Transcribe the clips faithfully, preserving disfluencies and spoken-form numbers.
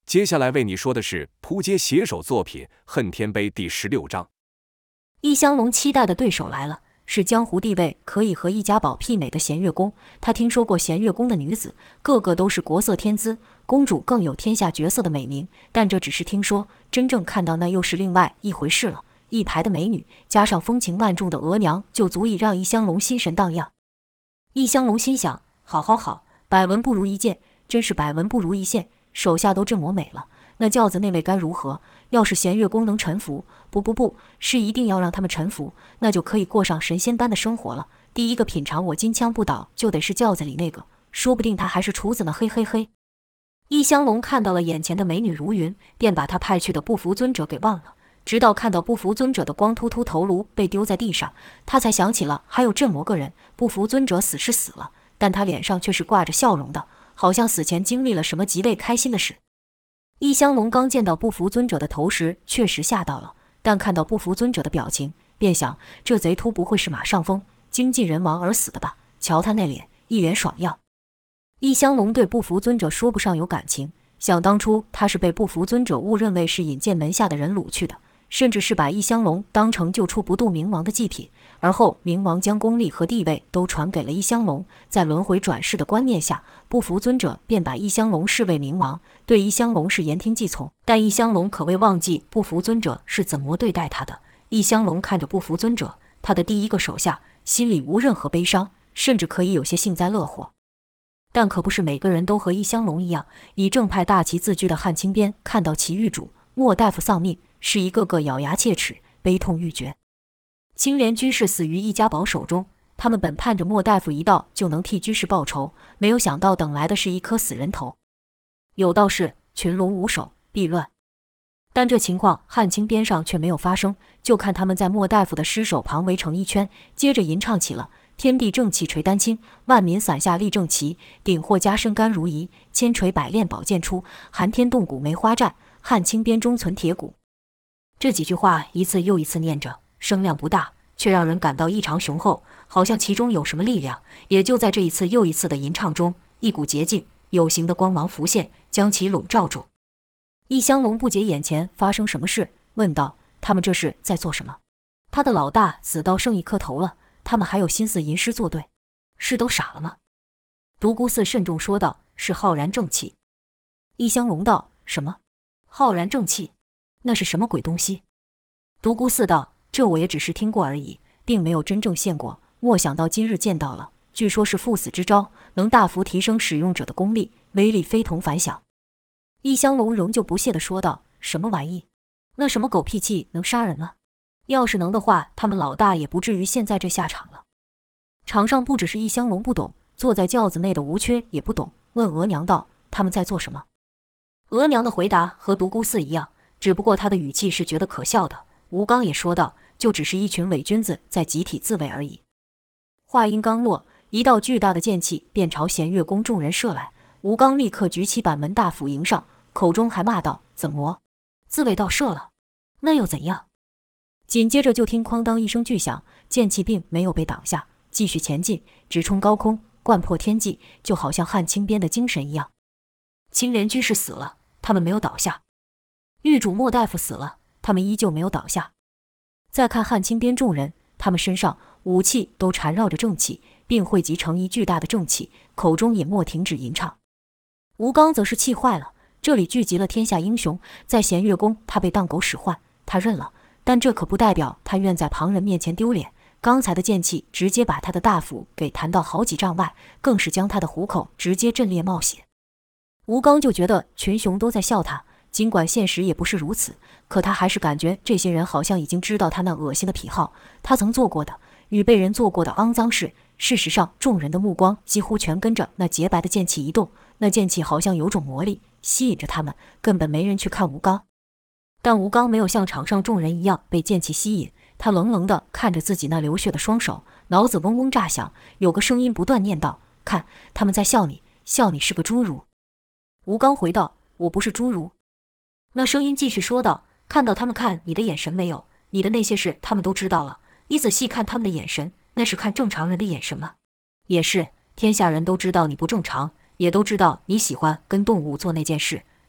接下来为你说的是扑街写手作品《恨天碑》第十六章。 易香龙期待的对手来了，是江湖地位可以和易家宝媲美的弦月宫。他听说过弦月宫的女子，个个都是国色天姿，公主更有天下绝色的美名，但这只是听说，真正看到那又是另外一回事了。一排的美女，加上风情万种的额娘，就足以让易香龙心神荡漾。易香龙心想：好好好，百闻不如一见，真是百闻不如一见。手下都这么美了，那轿子那位该如何？要是弦月宫能臣服，不不不，是一定要让他们臣服，那就可以过上神仙般的生活了。第一个品尝我金枪不倒，就得是轿子里那个，说不定他还是厨子呢，嘿嘿嘿。易香龙看到了眼前的美女如云，便把他派去的不服尊者给忘了。直到看到不服尊者的光秃秃头颅被丢在地上，他才想起了还有这么个人。不服尊者死是死了，但他脸上却是挂着笑容的，好像死前经历了什么极为开心的事。易香龙刚见到不服尊者的头时，确实吓到了，但看到不服尊者的表情，便想这贼秃不会是马上疯，精尽人亡而死的吧？瞧他那脸，一脸爽样。易香龙对不服尊者说不上有感情，想当初他是被不服尊者误认为是引荐门下的人掳去的，甚至是把易香龙当成救出不渡冥王的祭品，而后冥王将功力和地位都传给了易香龙，在轮回转世的观念下，不服尊者便把易香龙视为冥王，对易香龙是言听计从。但易香龙可未忘记不服尊者是怎么对待他的。易香龙看着不服尊者，他的第一个手下，心里无任何悲伤，甚至可以有些幸灾乐祸。但可不是每个人都和易香龙一样，以正派大旗自居的汉清边看到其狱主莫大夫丧命，是一个个咬牙切齿，悲痛欲绝。青莲居士死于易家宝手中，他们本盼着莫大夫一到就能替居士报仇，没有想到等来的是一颗死人头。有道是群龙无首，必乱。但这情况汉清边上却没有发生，就看他们在莫大夫的尸首旁围成一圈，接着吟唱起了天地正气垂丹青，万民伞下立正旗，顶或加身甘如饴，千锤百炼宝剑出，寒天冻骨梅花战，汉清边中存铁骨。这几句话一次又一次念着，声量不大，却让人感到异常雄厚，好像其中有什么力量。也就在这一次又一次的吟唱中，一股洁净有形的光芒浮现，将其笼罩住。易香龙不解眼前发生什么事，问道：他们这是在做什么？他的老大死到剩一颗头了，他们还有心思吟诗作对，是都傻了吗？独孤寺慎重说道：是浩然正气。易香龙道：什么？浩然正气？那是什么鬼东西？独孤寺道：这我也只是听过而已，并没有真正见过，莫想到今日见到了，据说是赴死之招，能大幅提升使用者的功力，威力非同凡响。易香龙仍旧不屑地说道：什么玩意？那什么狗屁气能杀人啊？要是能的话，他们老大也不至于现在这下场了。场上不只是易香龙不懂，坐在轿子内的吴缺也不懂，问额娘道：他们在做什么？额娘的回答和独孤寺一样，只不过他的语气是觉得可笑的。吴刚也说道：就只是一群伪君子在集体自卫而已。话音刚落，一道巨大的剑气便朝弦月宫众人射来，吴刚立刻举起板门大斧迎上，口中还骂道：怎么自卫到射了？那又怎样？紧接着就听哐当一声巨响，剑气并没有被挡下，继续前进，直冲高空，贯破天际，就好像汉清边的精神一样。青莲居士死了，他们没有倒下；狱主莫大夫死了，他们依旧没有倒下。再看汉清边众人，他们身上武器都缠绕着正气，并汇集成一巨大的正气，口中也莫停止吟唱。吴刚则是气坏了，这里聚集了天下英雄，在弦月宫他被当狗使唤，他认了，但这可不代表他愿在旁人面前丢脸。刚才的剑气直接把他的大斧给弹到好几丈外，更是将他的虎口直接震裂冒血。吴刚就觉得群雄都在笑他，尽管现实也不是如此，可他还是感觉这些人好像已经知道他那恶心的癖好，他曾做过的与被人做过的肮脏事。事实上，众人的目光几乎全跟着那洁白的剑气移动，那剑气好像有种魔力，吸引着他们，根本没人去看吴刚。但吴刚没有像场上众人一样被剑气吸引，他冷冷地看着自己那流血的双手，脑子嗡嗡炸响，有个声音不断念道：看，他们在笑你，笑你是个侏儒。吴刚回道：我不是侏儒。那声音继续说道：看到他们看你的眼神没有？你的那些事他们都知道了，你仔细看他们的眼神，那是看正常人的眼神吗？也是，天下人都知道你不正常，也都知道你喜欢跟动物做那件事，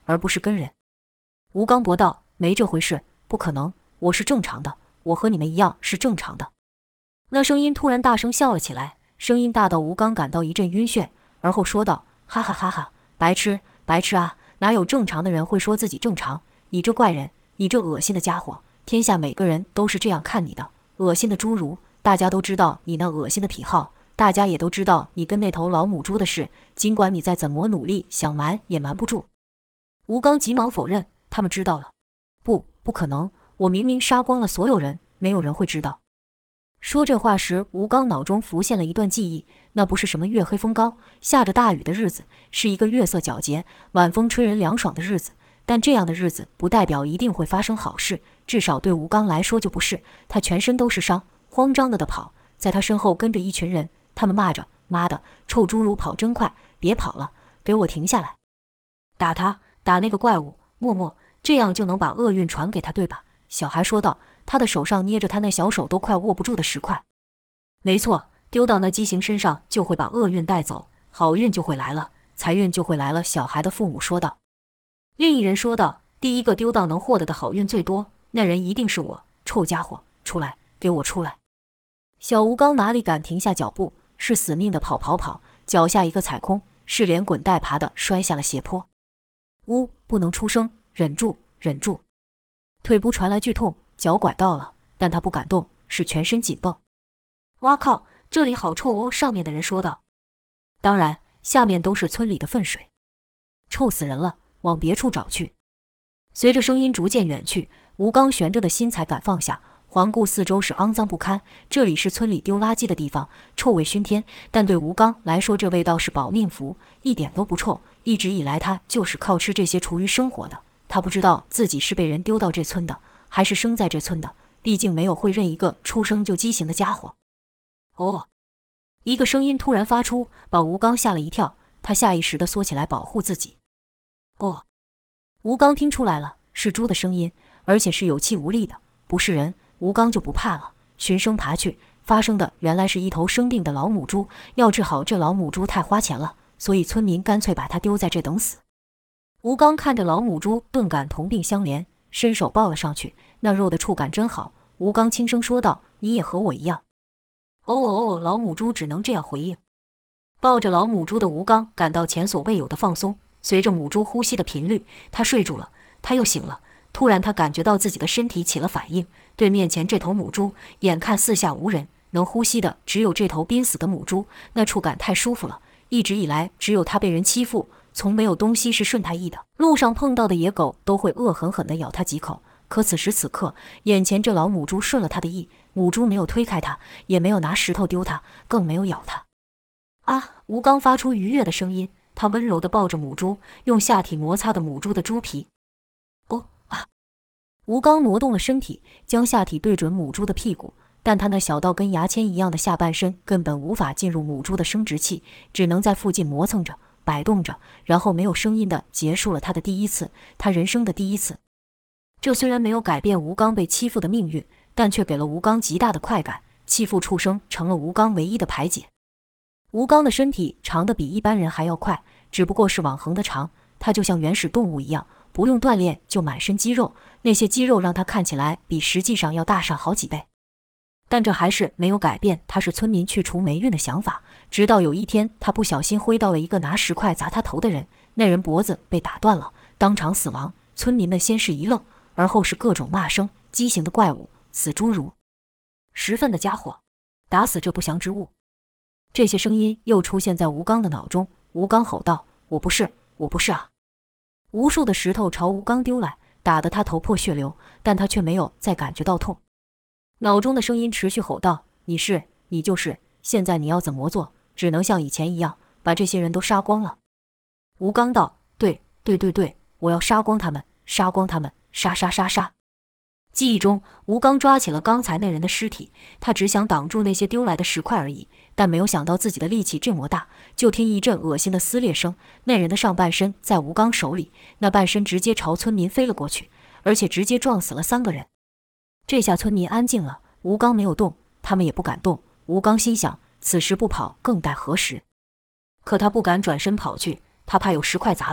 而不是跟人。吴刚驳道：“没这回事，不可能，我是正常的，我和你们一样是正常的。”那声音突然大声笑了起来，声音大到吴刚感到一阵晕眩，而后说道：“哈哈哈哈，白痴，白痴啊！哪有正常的人会说自己正常？你这怪人，你这恶心的家伙，天下每个人都是这样看你的，恶心的侏儒！大家都知道你那恶心的癖好，大家也都知道你跟那头老母猪的事，尽管你再怎么努力想瞒，也瞒不住。”吴刚急忙否认：“他们知道了，不，不可能！我明明杀光了所有人，没有人会知道。”说这话时，吴刚脑中浮现了一段记忆，那不是什么月黑风高、下着大雨的日子，是一个月色皎洁、晚风吹人凉爽的日子。但这样的日子不代表一定会发生好事，至少对吴刚来说就不是。他全身都是伤，慌张的的跑，在他身后跟着一群人，他们骂着：“妈的，臭侏儒跑真快，别跑了，给我停下来！打他，打那个怪物，默默，这样就能把厄运传给他，对吧？”小孩说道，他的手上捏着他那小手都快握不住的石块。没错，丢到那畸形身上就会把厄运带走，好运就会来了，财运就会来了。小孩的父母说道。另一人说道：“第一个丢到能获得的好运最多，那人一定是我。臭家伙，出来，给我出来！”小吴刚哪里敢停下脚步，是死命的跑跑跑，脚下一个踩空，是连滚带爬的摔下了斜坡。呜，不能出声，忍住，忍住！腿部传来剧痛，脚拐到了，但他不敢动，是全身紧绷。哇靠，这里好臭哦！上面的人说道。当然，下面都是村里的粪水，臭死人了，往别处找去。随着声音逐渐远去，吴刚悬着的心才敢放下，环顾四周是肮脏不堪，这里是村里丢垃圾的地方，臭味熏天，但对吴刚来说这味道是保命符，一点都不臭。一直以来他就是靠吃这些厨余生活的，他不知道自己是被人丢到这村的，还是生在这村的，毕竟没有会认一个出生就畸形的家伙。哦，一个声音突然发出，把吴刚吓了一跳，他下意识地缩起来保护自己。哦，吴刚听出来了，是猪的声音，而且是有气无力的，不是人。吴刚就不怕了，循声爬去，发生的原来是一头生病的老母猪，要治好这老母猪太花钱了，所以村民干脆把它丢在这等死。吴刚看着老母猪，顿感同病相怜，伸手抱了上去，那肉的触感真好。吴刚轻声说道：“你也和我一样。”哦哦哦，老母猪只能这样回应。抱着老母猪的吴刚感到前所未有的放松，随着母猪呼吸的频率，他睡住了，他又醒了。突然他感觉到自己的身体起了反应，对面前这头母猪，眼看四下无人，能呼吸的只有这头濒死的母猪，那触感太舒服了。一直以来只有他被人欺负，从没有东西是顺他意的，路上碰到的野狗都会恶狠狠地咬他几口，可此时此刻，眼前这老母猪顺了他的意，母猪没有推开他，也没有拿石头丢他，更没有咬他。啊！吴刚发出愉悦的声音，他温柔地抱着母猪，用下体摩擦的母猪的猪皮。哦啊！吴刚挪动了身体，将下体对准母猪的屁股，但他那小到跟牙签一样的下半身根本无法进入母猪的生殖器，只能在附近磨蹭着摆动着，然后没有声音地结束了他的第一次，他人生的第一次。这虽然没有改变吴刚被欺负的命运，但却给了吴刚极大的快感，欺负畜生成了吴刚唯一的排解。吴刚的身体长得比一般人还要快，只不过是网横的长，他就像原始动物一样，不用锻炼就满身肌肉，那些肌肉让他看起来比实际上要大上好几倍。但这还是没有改变他是村民去除霉运的想法，直到有一天他不小心挥到了一个拿石块砸他头的人，那人脖子被打断了，当场死亡。村民们先是一愣，而后是各种骂声，畸形的怪物，死侏儒，十分的家伙，打死这不祥之物。这些声音又出现在吴刚的脑中，吴刚吼道：“我不是，我不是啊！”无数的石头朝吴刚丢来，打得他头破血流，但他却没有再感觉到痛。脑中的声音持续吼道：“你是，你就是，现在你要怎么做？只能像以前一样，把这些人都杀光了。”吴刚道：“对，对对对，我要杀光他们，杀光他们，杀杀杀杀！”记忆中，吴刚抓起了刚才那人的尸体，他只想挡住那些丢来的石块而已，但没有想到自己的力气这么大。就听一阵恶心的撕裂声，那人的上半身在吴刚手里，那半身直接朝村民飞了过去，而且直接撞死了三个人。这下村民安静了，吴刚没有动，他们也不敢动。吴刚心想，此时不跑更待何时？可他不敢转身跑去，他怕有石块砸来，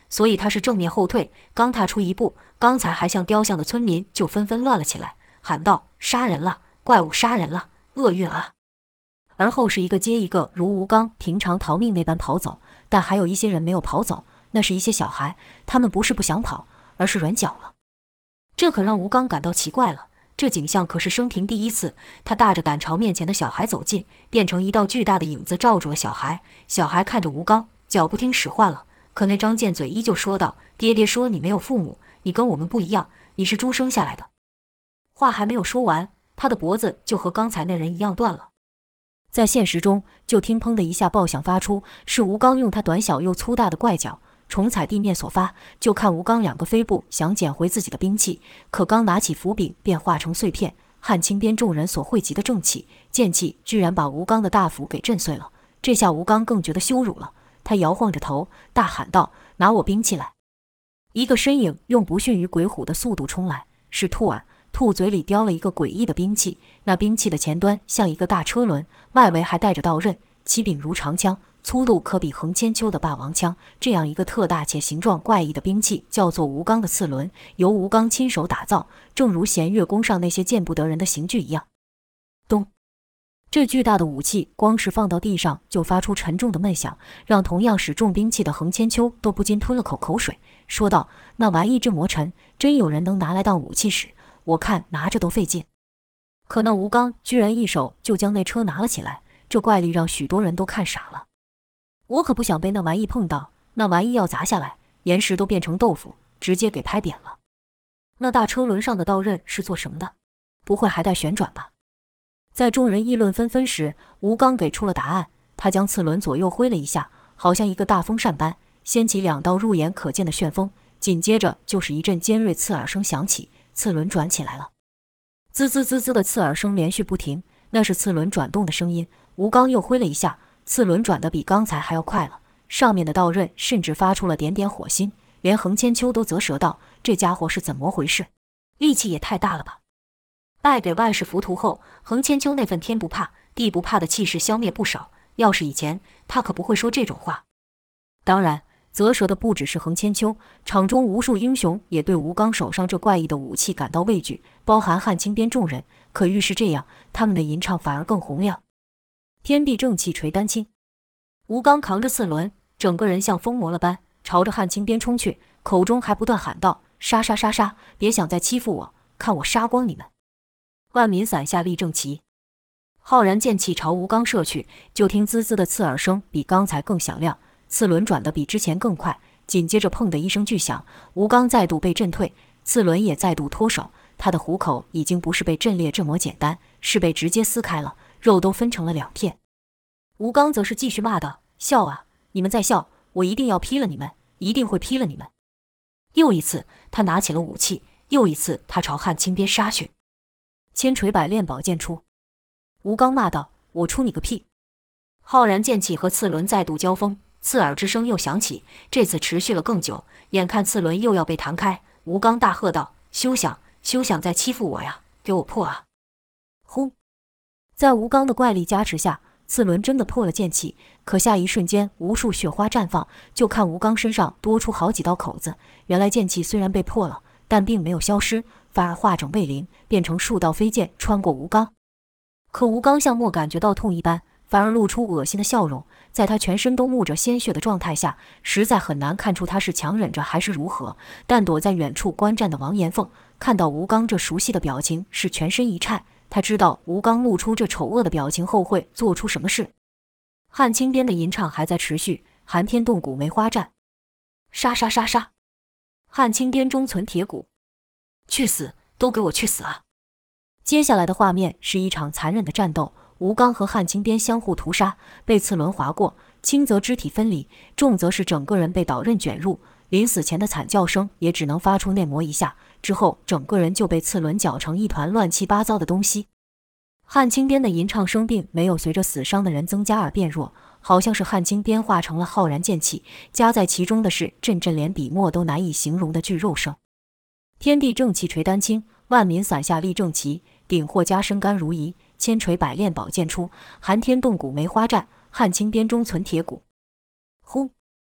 所以他是正面后退。刚踏出一步，刚才还像雕像的村民就纷纷乱了起来，喊道：“杀人了！怪物杀人了！厄运啊！”而后是一个接一个如吴刚平常逃命那般跑走，但还有一些人没有跑走，那是一些小孩，他们不是不想跑，而是软脚了。这可让吴刚感到奇怪了，这景象可是生平第一次。他大着胆朝面前的小孩走近，变成一道巨大的影子罩住了小孩。小孩看着吴刚，脚不听使唤了，可那张贱嘴依旧说道：“爹爹说你没有父母，你跟我们不一样，你是猪生下来的。”话还没有说完，他的脖子就和刚才那人一样断了。在现实中，就听砰的一下爆响发出，是吴刚用他短小又粗大的怪脚重踩地面所发。就看吴刚两个飞步想捡回自己的兵器，可刚拿起斧柄便化成碎片。汉清边众人所汇集的正气剑气居然把吴刚的大斧给震碎了。这下吴刚更觉得羞辱了，他摇晃着头大喊道：“拿我兵器来！”一个身影用不逊于鬼虎的速度冲来，是兔儿。兔嘴里叼了一个诡异的兵器，那兵器的前端像一个大车轮，外围还带着刀刃，其柄如长枪，粗度可比横千秋的霸王枪。这样一个特大且形状怪异的兵器叫做吴刚的刺轮，由吴刚亲手打造，正如弦月宫上那些见不得人的刑具一样。咚！这巨大的武器光是放到地上就发出沉重的闷响，让同样使重兵器的横千秋都不禁吞了口口水，说道：“那玩意这磨沉，真有人能拿来当武器使？我看拿着都费劲。”可那吴刚居然一手就将那车拿了起来，这怪力让许多人都看傻了。我可不想被那玩意碰到，那玩意要砸下来，岩石都变成豆腐，直接给拍扁了。那大车轮上的刀刃是做什么的？不会还带旋转吧？在众人议论纷纷时，吴刚给出了答案。他将刺轮左右挥了一下，好像一个大风扇般，掀起两道入眼可见的旋风，紧接着就是一阵尖锐刺耳声响起，刺轮转起来了。滋滋滋滋的刺耳声连续不停，那是刺轮转动的声音。吴刚又挥了一下，刺轮转得比刚才还要快了，上面的刀刃甚至发出了点点火星，连横千秋都啧舌道：“这家伙是怎么回事？力气也太大了吧！”败给万世浮屠后，横千秋那份天不怕地不怕的气势消灭不少，要是以前，他可不会说这种话。当然，啧舌的不只是横千秋，场中无数英雄也对吴刚手上这怪异的武器感到畏惧，包含汉清边众人。可愈是这样，他们的吟唱反而更洪亮。天地正气垂丹青，吴刚扛着刺轮，整个人像疯魔了般朝着汉清边冲去，口中还不断喊道：“杀杀杀杀！别想再欺负我，看我杀光你们！”万民伞下立正旗，浩然剑气朝吴刚射去，就听滋滋的刺耳声比刚才更响亮，刺轮转得比之前更快，紧接着砰的一声巨响，吴刚再度被震退，刺轮也再度脱手，他的虎口已经不是被震裂这么简单，是被直接撕开了，肉都分成了两片。吴刚则是继续骂道：“笑啊！你们在笑，我一定要劈了你们，一定会劈了你们！”又一次，他拿起了武器，又一次他朝汉清边杀去。千锤百炼宝剑出，吴刚骂道：“我出你个屁！”浩然剑气和刺轮再度交锋，刺耳之声又响起，这次持续了更久。眼看刺轮又要被弹开，吴刚大喝道：“休想，休想再欺负我呀！给我破啊！”轰！在吴刚的怪力加持下，刺轮真的破了剑气。可下一瞬间，无数血花绽放，就看吴刚身上多出好几道口子。原来剑气虽然被破了，但并没有消失，反而化整为零，变成数道飞剑穿过吴刚。可吴刚像莫感觉到痛一般，反而露出恶心的笑容。在他全身都沐着鲜血的状态下，实在很难看出他是强忍着还是如何。但躲在远处观战的王延凤看到吴刚这熟悉的表情，是全身一颤。他知道吴刚露出这丑恶的表情后会做出什么事。汉清边的吟唱还在持续，寒天动骨梅花战，杀杀杀杀！汉清边中存铁骨，去死！都给我去死啊！接下来的画面是一场残忍的战斗，吴刚和汉清边相互屠杀，被刺轮划过，轻则肢体分离，重则是整个人被刀刃卷入。临死前的惨叫声也只能发出内磨一下，之后整个人就被刺轮搅成一团乱七八糟的东西。汉清边的吟唱声并没有随着死伤的人增加而变弱，好像是汉清边化成了浩然剑气，加在其中的是阵阵连笔墨都难以形容的巨肉声。天地正气垂丹青，万民伞下立正旗，顶或加身甘如饴，千锤百炼宝剑出，寒天动骨梅花战，汉清边中存铁骨。轰！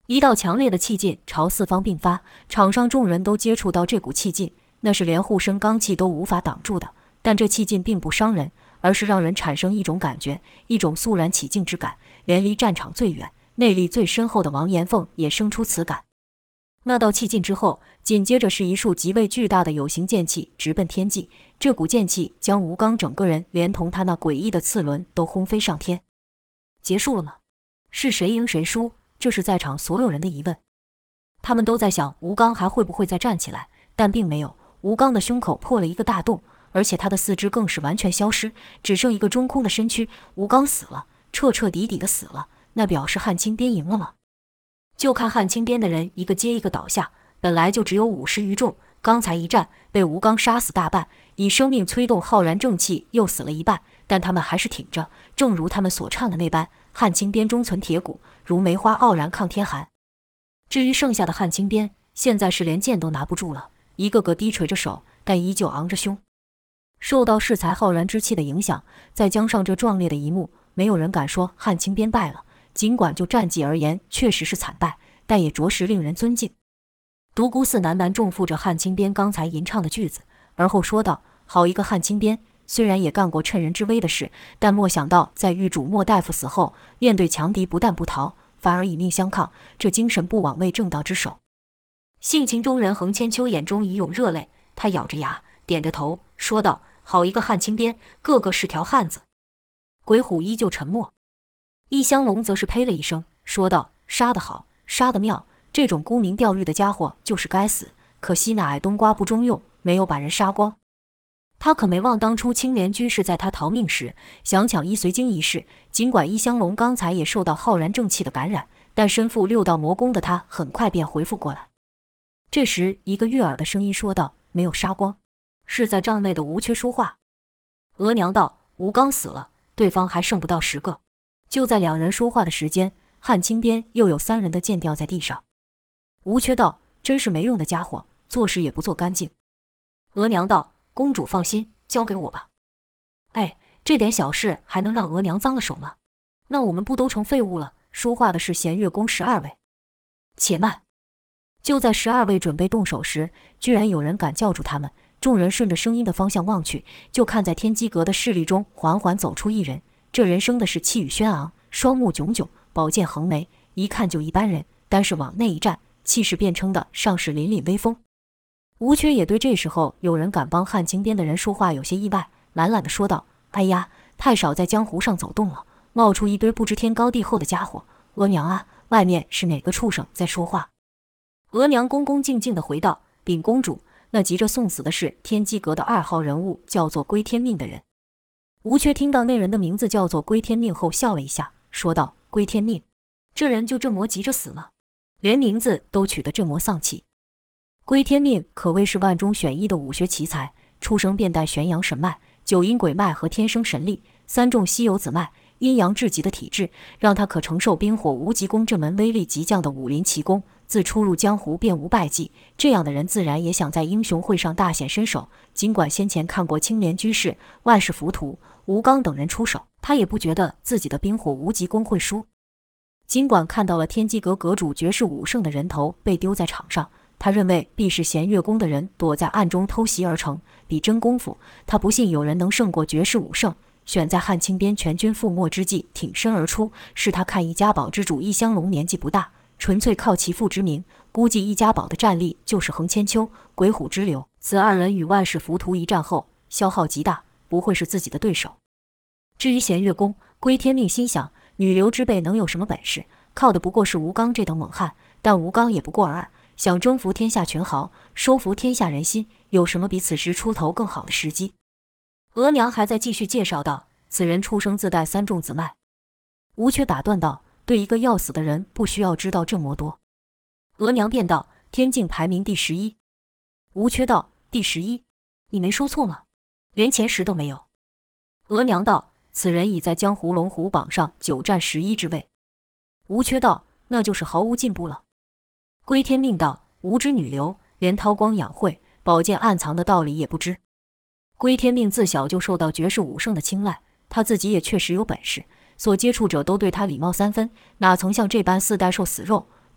一道强烈的气劲朝四方并发，场上众人都接触到这股气劲，那是连护身罡气都无法挡住的。但这气劲并不伤人，而是让人产生一种感觉，一种肃然起敬之感。连离战场最远、内力最深厚的王延凤也生出此感。那道气劲之后，紧接着是一束极为巨大的有形剑气直奔天际。这股剑气将吴刚整个人连同他那诡异的刺轮都轰飞上天。结束了吗？是谁赢谁输？这是在场所有人的疑问。他们都在想吴刚还会不会再站起来，但并没有。吴刚的胸口破了一个大洞，而且他的四肢更是完全消失，只剩一个中空的身躯。吴刚死了，彻彻底底的死了。那表示汉青边赢了吗？就看汉青边的人一个接一个倒下，本来就只有五十余众，刚才一战被吴刚杀死大半，以生命催动浩然正气又死了一半，但他们还是挺着，正如他们所唱的那般，汉青边中存铁骨，如梅花傲然抗天寒。至于剩下的汉青边，现在是连剑都拿不住了，一个个低垂着手，但依旧昂着胸。受到恃才浩然之气的影响，在江上这壮烈的一幕，没有人敢说汉青边败了。尽管就战绩而言确实是惨败，但也着实令人尊敬。独孤四喃喃重复着汉青边刚才吟唱的句子，而后说道：好一个汉青边，虽然也干过趁人之危的事，但没想到在狱主莫大夫死后，面对强敌不但不逃，反而以命相抗，这精神不枉为正道之首。性情中人横千秋眼中已涌热泪，他咬着牙点着头说道：好一个汉青边，个个是条汉子。鬼虎依旧沉默。易香龙则是呸了一声，说道：杀得好，杀得妙，这种沽名钓誉的家伙就是该死，可惜那矮冬瓜不中用，没有把人杀光。他可没忘当初青莲居士在他逃命时想抢医随经一事，尽管易香龙刚才也受到浩然正气的感染，但身负六道魔功的他很快便恢复过来。这时一个悦耳的声音说道：没有杀光，是在帐内的吴缺说话。额娘道：吴刚死了，对方还剩不到十个。就在两人说话的时间，汉青边又有三人的剑掉在地上。吴缺道：真是没用的家伙，做事也不做干净。额娘道：公主放心，交给我吧。哎，这点小事还能让额娘脏了手吗？那我们不都成废物了？说话的是弦月宫十二位。且慢！就在十二位准备动手时，居然有人敢叫住他们。众人顺着声音的方向望去，就看在天机阁的势力中缓缓走出一人。这人生的是气宇轩昂，双目炯炯，宝剑横眉，一看就一般人，但是往内一站，气势便称得上是凛凛威风。吴缺也对这时候有人敢帮汉青边的人说话有些意外，懒懒地说道：哎呀，太少在江湖上走动了，冒出一堆不知天高地厚的家伙。额娘啊，外面是哪个畜生在说话？额娘恭恭敬敬地回道：禀公主，那急着送死的是天机阁的二号人物，叫做归天命的人。吴缺听到那人的名字叫做归天命后笑了一下，说道：归天命，这人就这么急着死吗？连名字都取得这么丧气。归天命可谓是万中选一的武学奇才，出生便带玄阳神脉、九阴鬼脉和天生神力三种稀有子脉，阴阳至极的体质，让他可承受冰火无极功这门威力极降的武林奇功，自出入江湖便无败绩。这样的人自然也想在英雄会上大显身手，尽管先前看过青莲居士、万世浮屠、吴刚等人出手，他也不觉得自己的冰火无极功会输。尽管看到了天机阁阁主绝世武圣的人头被丢在场上，他认为必是弦月宫的人躲在暗中偷袭而成，比真功夫，他不信有人能胜过绝世武圣。选在汉青边全军覆没之际挺身而出，是他看易家堡之主易香龙年纪不大，纯粹靠其父之名，估计易家堡的战力就是横千秋、鬼虎之流。此二人与万世浮屠一战后消耗极大，不会是自己的对手。至于弦月宫，归天命心想，女流之辈能有什么本事？靠的不过是吴刚这等猛汉，但吴刚也不过尔尔，想征服天下群豪，收服天下人心，有什么比此时出头更好的时机？额娘还在继续介绍道：此人出生自带三重子脉。吴缺打断道：对一个要死的人，不需要知道这么多。额娘便道：天境排名第十一。吴缺道：第十一？你没说错吗？连前十都没有。额娘道：此人已在江湖龙虎榜上久占十一之位。吴缺道：那就是毫无进步了。归天命道：无知女流，连韬光养晦、宝剑暗藏的道理也不知。归天命自小就受到绝世武圣的青睐，他自己也确实有本事，所接触者都对他礼貌三分，哪曾像这般四代受死肉，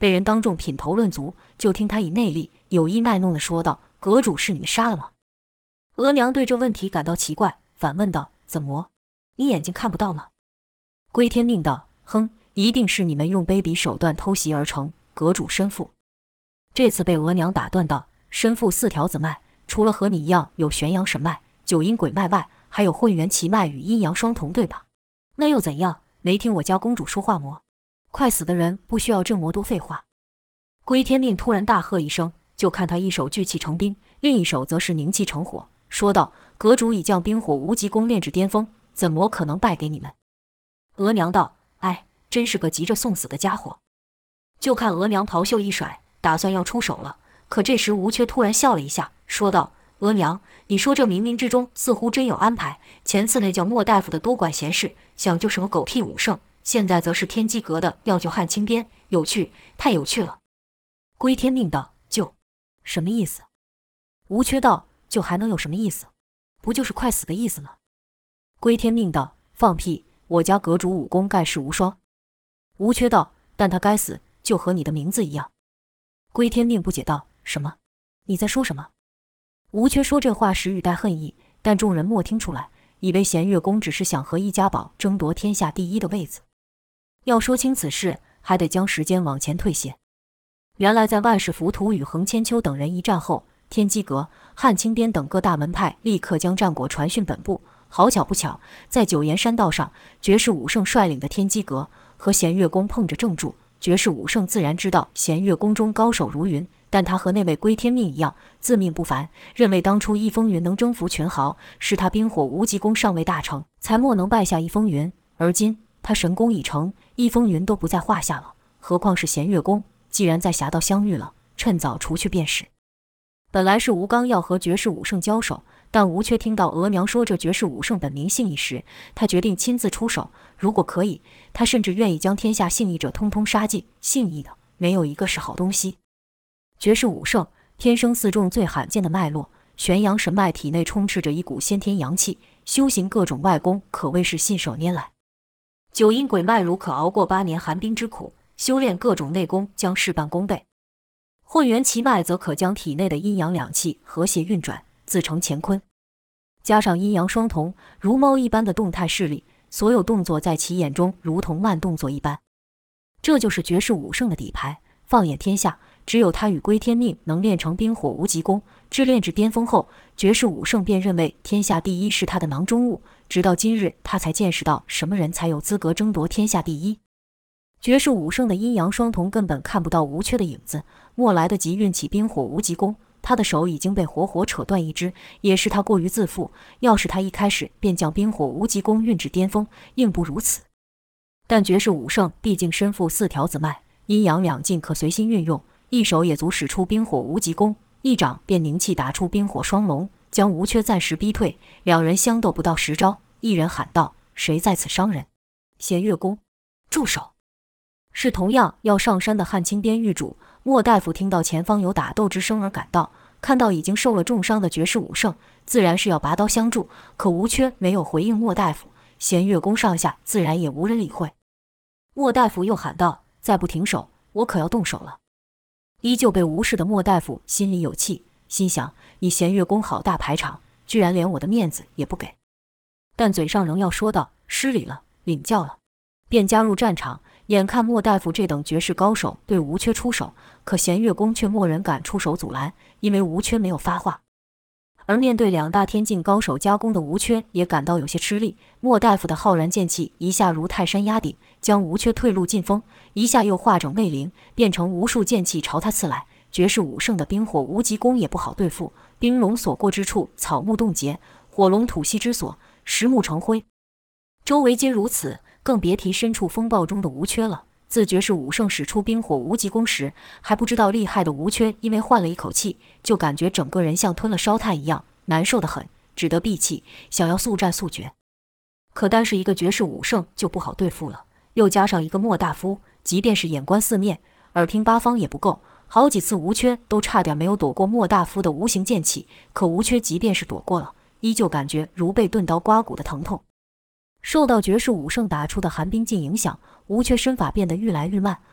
被人当众品头论足，就听他以内力有意卖弄地说道：“阁主是你们杀了吗？”额娘对这问题感到奇怪，反问道：“怎么？你眼睛看不到吗？”归天命道：“哼，一定是你们用卑鄙手段偷袭而成。阁主身负。”这次被额娘打断道：“身负四条子脉，除了和你一样有玄阳神脉、九阴鬼脉外，还有混元奇脉与阴阳双同，对吧？那又怎样？没听我家公主说话么？快死的人不需要这么多废话。”归天命突然大喝一声，就看他一手聚气成冰，另一手则是凝气成火，说道：“阁主已将冰火无极功炼至巅峰，怎么可能败给你们？”额娘道：“哎，真是个急着送死的家伙。”就看额娘袍袖一甩，打算要出手了。可这时吴缺突然笑了一下，说道：“额娘，你说这冥冥之中似乎真有安排。前次那叫莫大夫的多管闲事，想救什么狗屁武圣，现在则是天机阁的要救汉青边，有趣，太有趣了。”归天命道：“救？什么意思？”吴缺道：“救还能有什么意思？不就是快死的意思吗？”归天命道：“放屁！我家阁主武功盖世无双。”吴缺道：“但他该死，就和你的名字一样。”归天命不解道：“什么？你在说什么？”吴缺说这话时语带恨意，但众人莫听出来，以为弦月宫只是想和易家宝争夺天下第一的位子。要说清此事，还得将时间往前退些。原来在万世浮屠与横千秋等人一战后，天机阁、汉青边等各大门派立刻将战果传讯本部。好巧不巧，在九岩山道上，绝世武圣率领的天机阁和弦月宫碰着正住。绝世武圣自然知道弦月宫中高手如云，但他和那位归天命一样，自命不凡，认为当初易风云能征服群豪，是他冰火无极功尚未大成，才莫能败下易风云。而今他神功已成，易风云都不在话下了，何况是弦月宫？既然在侠道相遇了，趁早除去便是。本来是吴刚要和绝世武圣交手，但吴却听到额娘说这绝世武圣本名信义时，他决定亲自出手。如果可以，他甚至愿意将天下信义者通通杀尽。信义的没有一个是好东西。绝世武圣天生四众最罕见的脉络，玄阳神脉体内充斥着一股先天阳气，修行各种外功可谓是信手拈来。九阴鬼脉如可熬过八年寒冰之苦，修炼各种内功将事半功倍。混元奇脉则可将体内的阴阳两气和谐运转，自成乾坤。加上阴阳双同，如猫一般的动态视力，所有动作在其眼中如同慢动作一般。这就是绝世武圣的底牌。放眼天下，只有他与归天命能练成冰火无极功，至炼至巅峰后，绝世武圣便认为天下第一是他的囊中物。直到今日，他才见识到什么人才有资格争夺天下第一。绝世武圣的阴阳双同根本看不到吴缺的影子，莫来得及运起冰火无极功，他的手已经被活活扯断一只，也是他过于自负。要是他一开始便将冰火无极功运至巅峰，应不如此。但绝世武圣毕竟身负四条子脉，阴阳两劲可随心运用，一手也足使出冰火无极功，一掌便凝气打出冰火双龙，将吴缺暂时逼退。两人相斗不到十招，一人喊道：“谁在此伤人？”弦月宫，住手！是同样要上山的汉青边狱主莫大夫听到前方有打斗之声而赶到，看到已经受了重伤的绝世武圣，自然是要拔刀相助。可吴缺没有回应莫大夫，弦月宫上下自然也无人理会。莫大夫又喊道：“再不停手，我可要动手了。”依旧被无视的莫大夫心里有气，心想：你弦月宫好大排场，居然连我的面子也不给。但嘴上仍要说道：“失礼了，领教了。”便加入战场。眼看莫大夫这等绝世高手对吴缺出手，可弦月宫却没人敢出手阻拦，因为吴缺没有发话。而面对两大天境高手加攻的吴缺，也感到有些吃力。莫大夫的浩然剑气一下如泰山压顶，将吴缺退路进封，一下又化整为零，变成无数剑气朝他刺来。绝世武圣的冰火无极功也不好对付，冰龙所过之处，草木冻结；火龙吐息之所，石木成灰。周围皆如此，更别提身处风暴中的吴缺了。自绝世武圣使出冰火无极功时，还不知道厉害的吴缺，因为换了一口气，就感觉整个人像吞了烧炭一样，难受得很，只得闭气，想要速战速决。可单是一个绝世武圣就不好对付了，又加上一个莫大夫，即便是眼观四面，耳听八方也不够。好几次吴缺都差点没有躲过莫大夫的无形剑气，可吴缺即便是躲过了，依旧感觉如被钝刀刮骨的疼痛。受到绝世武圣打出的寒冰劲影响，吴缺身法变得愈来愈慢，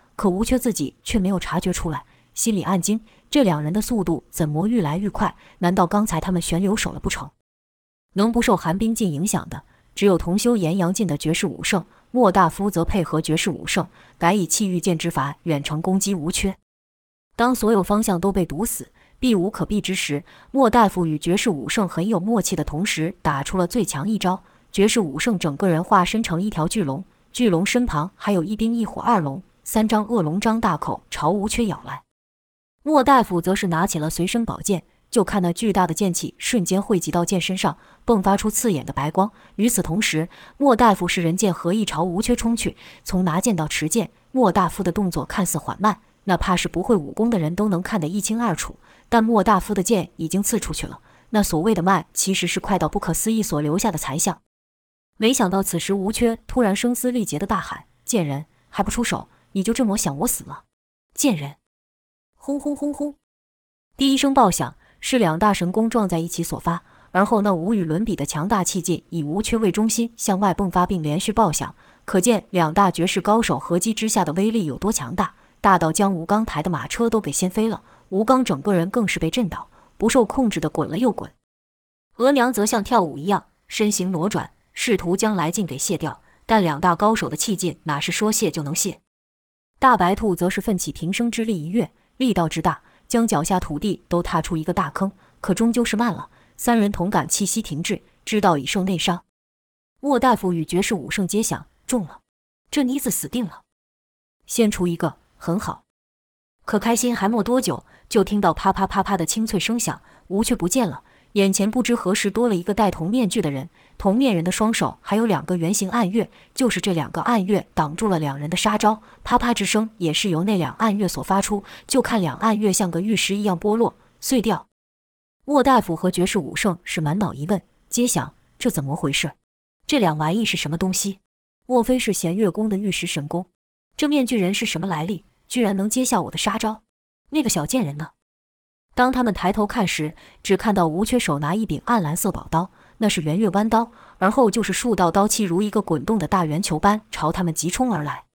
可吴缺自己却没有察觉出来，心里暗惊：这两人的速度怎么愈来愈快？难道刚才他们旋流手了不成？能不受寒冰劲影响的，只有同修炎阳劲的绝世武圣，莫大夫则配合绝世武圣，改以气御剑之法远程攻击吴缺。当所有方向都被堵死，避无可避之时，莫大夫与绝世武圣很有默契的同时打出了最强一招。绝世武圣整个人化身成一条巨龙，巨龙身旁还有一冰一火二龙，三张恶龙张大口朝吴缺咬来。莫大夫则是拿起了随身宝剑，就看那巨大的剑气瞬间汇集到剑身上，迸发出刺眼的白光。与此同时，莫大夫是人剑合一朝吴缺冲去。从拿剑到持剑，莫大夫的动作看似缓慢，哪怕是不会武功的人都能看得一清二楚。但莫大夫的剑已经刺出去了，那所谓的慢，其实是快到不可思议所留下的残像。没想到此时吴缺突然声嘶力竭地大喊：“贱人，还不出手！你就这么想我死了？贱人！”轰轰轰轰，第一声爆响是两大神弓撞在一起所发，而后那无与伦比的强大气劲以吴缺为中心向外迸发，并连续爆响，可见两大绝世高手合击之下的威力有多强大，大到将吴刚抬的马车都给掀飞了。吴刚整个人更是被震倒，不受控制地滚了又滚。额娘则像跳舞一样身形挪转，试图将来劲给卸掉，但两大高手的气劲哪是说卸就能卸。大白兔则是奋起平生之力一跃，力道之大，将脚下土地都踏出一个大坑，可终究是慢了。三人同感气息停滞，知道已受内伤。莫大夫与绝世武圣皆响，中了，这妮子死定了。先出一个，很好。可开心还没多久，就听到啪啪啪啪的清脆声响，吴却不见了。眼前不知何时多了一个戴铜面具的人，铜面人的双手还有两个圆形暗月，就是这两个暗月挡住了两人的杀招，啪啪之声也是由那两暗月所发出，就看两暗月像个玉石一样剥落碎掉。莫大夫和绝世武圣是满脑疑问，皆想这怎么回事？这两玩意是什么东西？莫非是弦月宫的玉石神功？这面具人是什么来历？居然能接下我的杀招？那个小贱人呢？当他们抬头看时，只看到吴缺手拿一柄暗蓝色宝刀，那是圆月弯刀，而后就是数道刀气如一个滚动的大圆球般朝他们急冲而来。